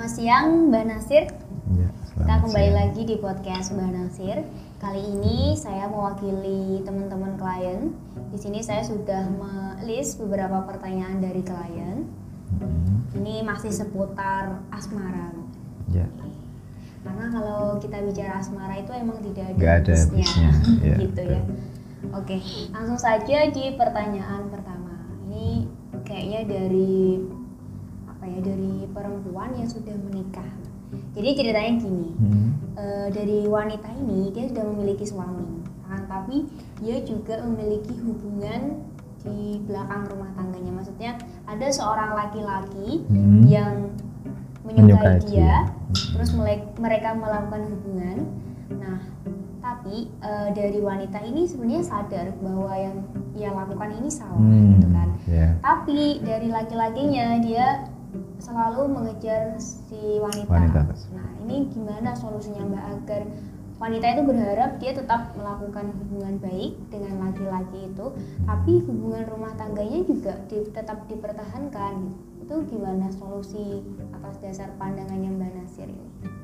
siang Mbak Nasir. Ya, Kita kembali lagi di podcast Mbak Nasir. Kali ini saya mewakili teman-teman klien. Di sini saya sudah melis beberapa pertanyaan dari klien. Ini masih seputar asmara. Ya. Karena kalau kita bicara asmara itu emang tidak ada habisnya. Ya, gitu ya. Oke, langsung saja di pertanyaan pertama. Ini kayaknya dari perempuan yang sudah menikah. Jadi ceritanya gini, dari wanita ini dia sudah memiliki suami, tapi dia juga memiliki hubungan di belakang rumah tangganya. Maksudnya ada seorang laki-laki yang menyukai dia, terus mereka melakukan hubungan. Nah, tapi dari wanita ini sebenarnya sadar bahwa yang ia lakukan ini salah, gitu kan. Yeah. Tapi dari laki-lakinya dia selalu mengejar si wanita. Nah, ini gimana solusinya Mbak agar wanita itu berharap dia tetap melakukan hubungan baik dengan laki-laki itu, tapi hubungan rumah tangganya juga tetap dipertahankan. Itu gimana solusi atas dasar pandangannya Mbak Nasir ini?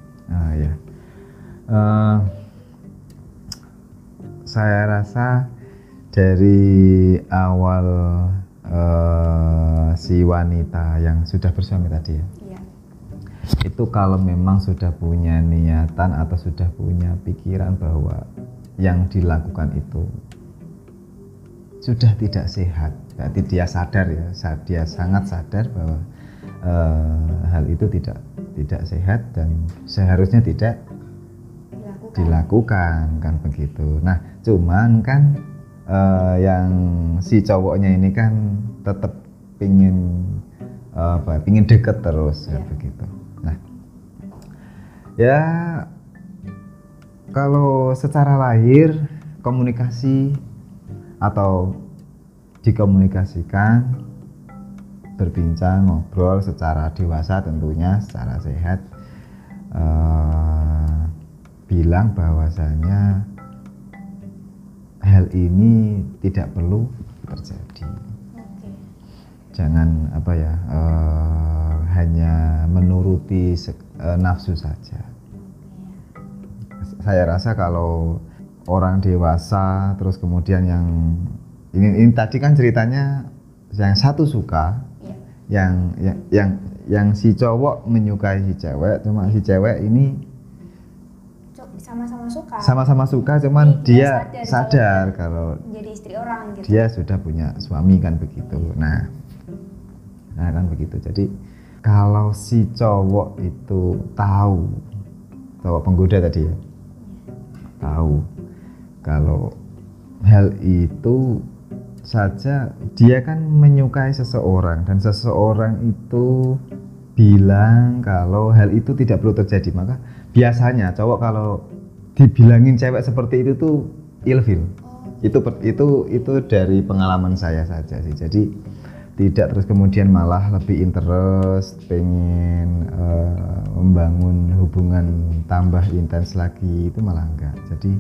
Saya rasa dari awal si wanita yang sudah bersuami tadi ya, itu kalau memang sudah punya niatan atau sudah punya pikiran bahwa yang dilakukan itu sudah tidak sehat, berarti dia sadar ya, dia sangat sadar bahwa hal itu tidak sehat dan seharusnya tidak dilakukan kan begitu. Nah, cuman kan yang si cowoknya ini kan tetap pingin deket terus ya begitu. Nah, ya kalau secara lahir komunikasi atau dikomunikasikan, berbincang, ngobrol secara dewasa tentunya secara sehat, bilang bahwasanya hal ini tidak perlu terjadi. Jangan hanya menuruti nafsu saja. Saya rasa kalau orang dewasa terus kemudian ini tadi kan ceritanya yang satu suka, yang si cowok menyukai si cewek, cuma si cewek ini sama-sama suka, cuman dia sadar kalau jadi istri orang gitu. Dia sudah punya suami kan begitu. Nah kan begitu. Jadi kalau si cowok itu tahu, cowok penggoda tadi ya, tahu kalau hal itu saja dia kan menyukai seseorang dan seseorang itu bilang kalau hal itu tidak perlu terjadi, maka biasanya cowok kalau dibilangin cewek seperti itu tuh ilfil. Itu dari pengalaman saya saja sih. Jadi tidak terus kemudian malah lebih interest, pengen membangun hubungan tambah intens lagi, itu malah enggak. Jadi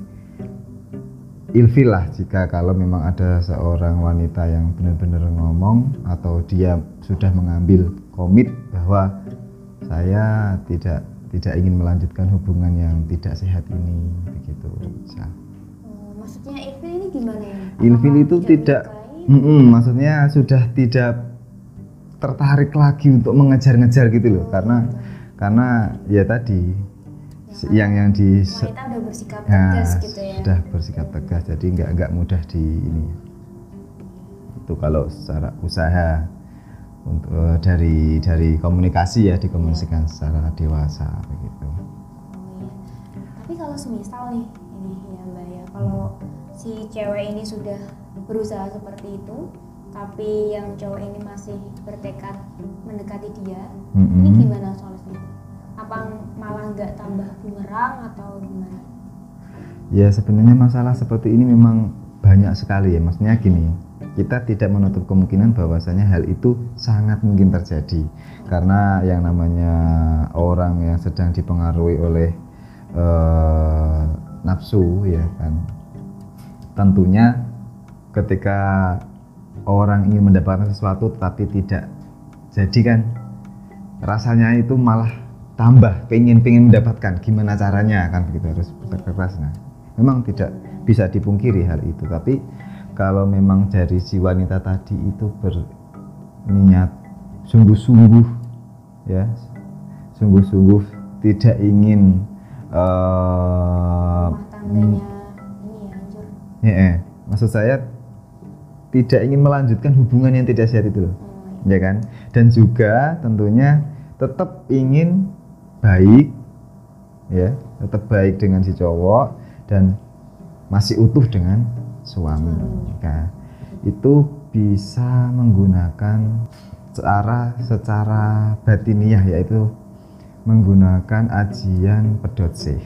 ilfil lah jika kalau memang ada seorang wanita yang benar-benar ngomong atau dia sudah mengambil komit bahwa saya tidak ingin melanjutkan hubungan yang tidak sehat ini begitu. Maksudnya ilfil ini gimana ya? Ilfil itu tidak maksudnya sudah tidak tertarik lagi untuk mengejar-ngejar gitu loh, karena ya tadi yang di wanita udah bersikap tegas gitu ya. Sudah bersikap tegas, jadi nggak mudah di ini. Itu kalau secara usaha untuk dari komunikasi ya, dikomunikasikan secara dewasa begitu. Tapi kalau semisal nih ini ya Mbak ya, kalau si cewek ini sudah berusaha seperti itu, tapi yang cowok ini masih bertekad mendekati dia, ini gimana solusinya? Apa malah nggak tambah bumerang atau gimana? Ya sebenarnya masalah seperti ini memang banyak sekali ya, maksudnya gini, kita tidak menutup kemungkinan bahwasanya hal itu sangat mungkin terjadi, karena yang namanya orang yang sedang dipengaruhi oleh nafsu ya kan, tentunya ketika orang ingin mendapatkan sesuatu tapi tidak jadi kan, rasanya itu malah tambah, pengen mendapatkan, gimana caranya kan begitu, harus bekerja keras. Nah, memang tidak bisa dipungkiri hal itu, tapi kalau memang dari si wanita tadi itu berniat sungguh-sungguh ya, sungguh-sungguh tidak ingin rumah tangganya ini ya hancur. Maksud saya tidak ingin melanjutkan hubungan yang tidak sehat itu loh, ya kan? Dan juga tentunya tetap ingin baik, ya, tetap baik dengan si cowok dan masih utuh dengan suami. Nah, itu bisa menggunakan secara batiniah, yaitu menggunakan ajian pedot sih.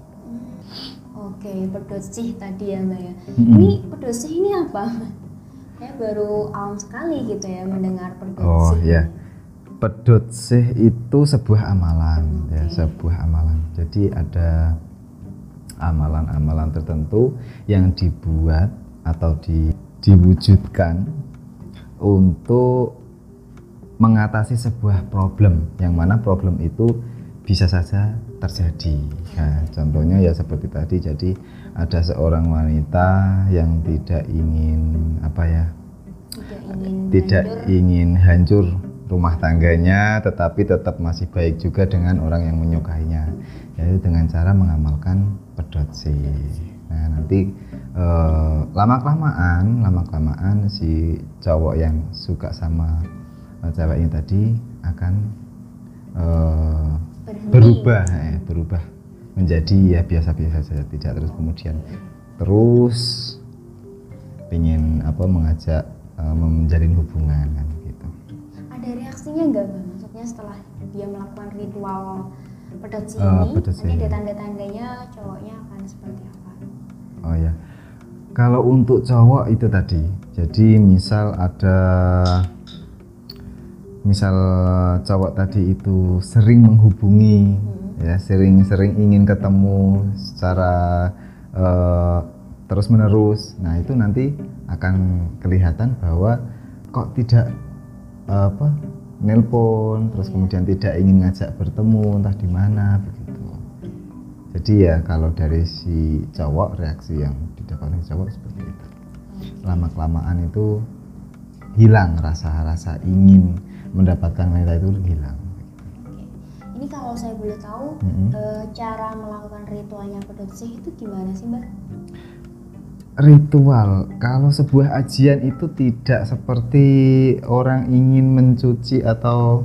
Oke, pedot sih tadi ya Mbak ya. Ini pedot sih ini apa? Saya baru awam sekali gitu ya mendengar pedot sih. Oh ya, pedot sih itu sebuah amalan, ya, sebuah amalan. Jadi ada amalan-amalan tertentu yang dibuat atau diwujudkan untuk mengatasi sebuah problem, yang mana problem itu bisa saja terjadi. Nah, contohnya ya seperti tadi, jadi ada seorang wanita yang tidak ingin ingin hancur rumah tangganya, tetapi tetap masih baik juga dengan orang yang menyukainya, yaitu dengan cara mengamalkan pedot sih. Nah, nanti lama kelamaan si cowok yang suka sama cewek ini tadi akan berubah menjadi ya biasa-biasa saja, tidak terus kemudian ingin mengajak menjalin hubungan kan gitu. Ada reaksinya nggak Bang? Maksudnya setelah dia melakukan ritual pedot sih ini, nanti ada tanda-tandanya cowoknya akan seperti apa? Oh ya, kalau untuk cowok itu tadi, jadi misal cowok tadi itu sering menghubungi, ya sering ingin ketemu secara terus menerus. Nah, itu nanti akan kelihatan bahwa kok tidak nelpon, terus kemudian tidak ingin ngajak bertemu entah di mana begitu. Jadi ya kalau dari si cowok, reaksi yang didapatkan cowok seperti itu. Lama kelamaan itu hilang rasa ingin mendapatkan wanita itu, hilang. Ini kalau saya boleh tahu, cara melakukan ritualnya pedot sih itu gimana sih Mbak? Ritual, kalau sebuah ajian itu tidak seperti orang ingin mencuci atau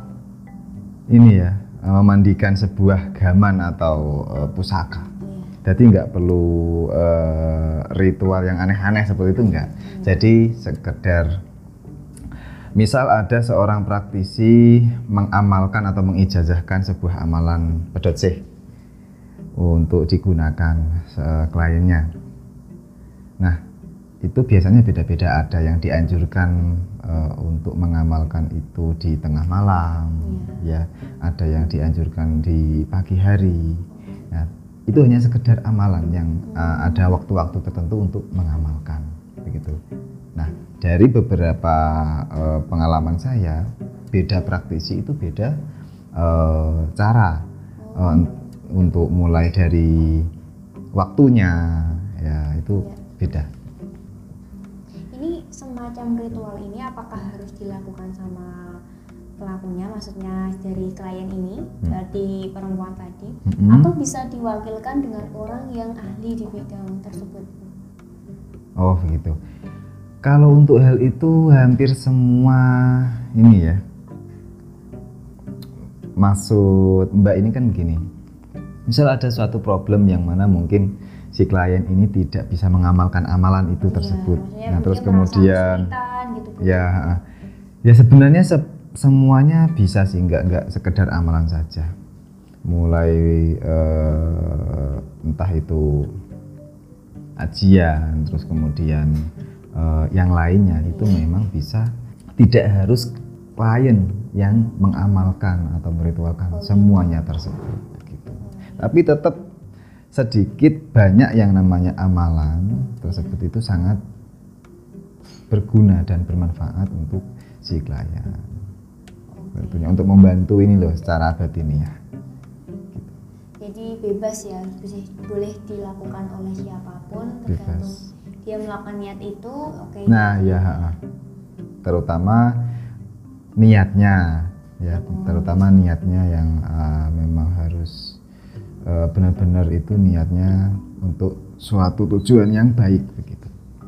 memandikan sebuah gaman atau pusaka. Jadi nggak perlu ritual yang aneh-aneh seperti itu, enggak. Jadi sekedar misal ada seorang praktisi mengamalkan atau mengijazahkan sebuah amalan pedot sih untuk digunakan kliennya. Nah, itu biasanya beda-beda. Ada yang dianjurkan untuk mengamalkan itu di tengah malam, ya. Ada yang dianjurkan di pagi hari. Nah, itu hanya sekedar amalan yang ada waktu-waktu tertentu untuk mengamalkan, begitu. Nah, dari beberapa pengalaman saya, beda praktisi itu beda cara untuk mulai dari waktunya, ya itu beda. Ini semacam ritual ini apakah harus dilakukan sama pelakunya, maksudnya dari klien ini, dari perempuan tadi, atau bisa diwakilkan dengan orang yang ahli di bidang tersebut? Oh begitu. Kalau untuk hal itu hampir semua ini ya, maksud Mbak ini kan begini, misal ada suatu problem yang mana mungkin si klien ini tidak bisa mengamalkan amalan itu tersebut. Nah, terus kemudian gitu, ya sebenarnya semuanya bisa sih, nggak sekedar amalan saja. Mulai entah itu ajian, terus kemudian yang lainnya itu memang bisa, tidak harus klien yang mengamalkan atau meritualkan semuanya tersebut begitu. Tapi tetap sedikit banyak yang namanya amalan tersebut itu sangat berguna dan bermanfaat untuk si klien. Tentunya untuk membantu ini loh secara batiniah. Jadi bebas ya, boleh dilakukan oleh siapapun, tergantung dia melakukan niat itu. Oke. Nah ya, terutama niatnya ya, terutama niatnya yang memang harus benar-benar itu niatnya untuk suatu tujuan yang baik begitu.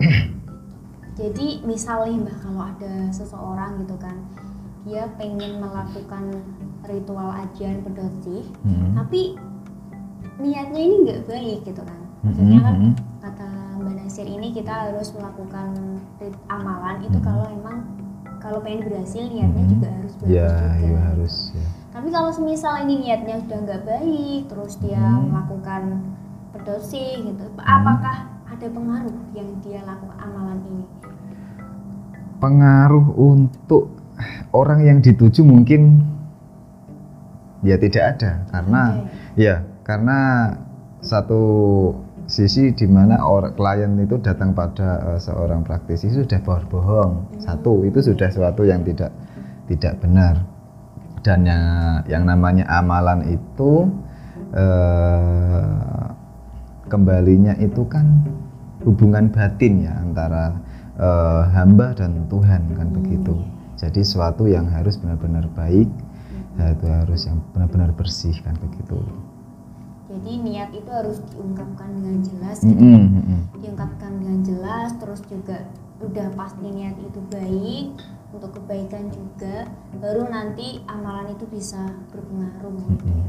Jadi misalnya Mbak, kalau ada seseorang gitu kan, dia pengen melakukan ritual ajian pedoti, tapi niatnya ini nggak baik gitu kan. Maksudnya kan kata Mbak Nasir ini kita harus melakukan amalan itu kalau pengen berhasil niatnya juga harus bagus juga. Iya harus ya. Tapi kalau semisal ini niatnya sudah nggak baik, terus dia melakukan pedoti gitu, apakah ada pengaruh yang dia lakukan amalan ini? Pengaruh untuk orang yang dituju mungkin ya tidak ada, karena satu sisi di mana klien itu datang pada seorang praktisi sudah berbohong. Satu, itu sudah sesuatu yang tidak benar. Dan yang namanya amalan itu kembalinya itu kan hubungan batin ya antara hamba dan Tuhan kan begitu. Jadi sesuatu yang harus benar-benar baik, itu harus yang benar-benar bersih kan begitu. Jadi niat itu harus diungkapkan dengan jelas gitu. Diungkapkan dengan jelas, terus juga udah pasti niat itu baik untuk kebaikan juga, baru nanti amalan itu bisa berpengaruh gitu ya.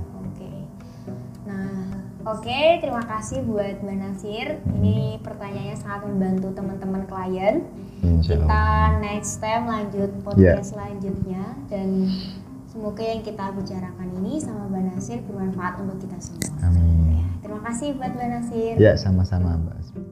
Oke, terima kasih buat Mbak Nasir. Ini pertanyaannya sangat membantu teman-teman klien. Kita next time lanjut podcast selanjutnya, dan semoga yang kita bicarakan ini sama Mbak Nasir bermanfaat untuk kita semua. Amin. Terima kasih buat Mbak Nasir. Ya, sama-sama Mbak.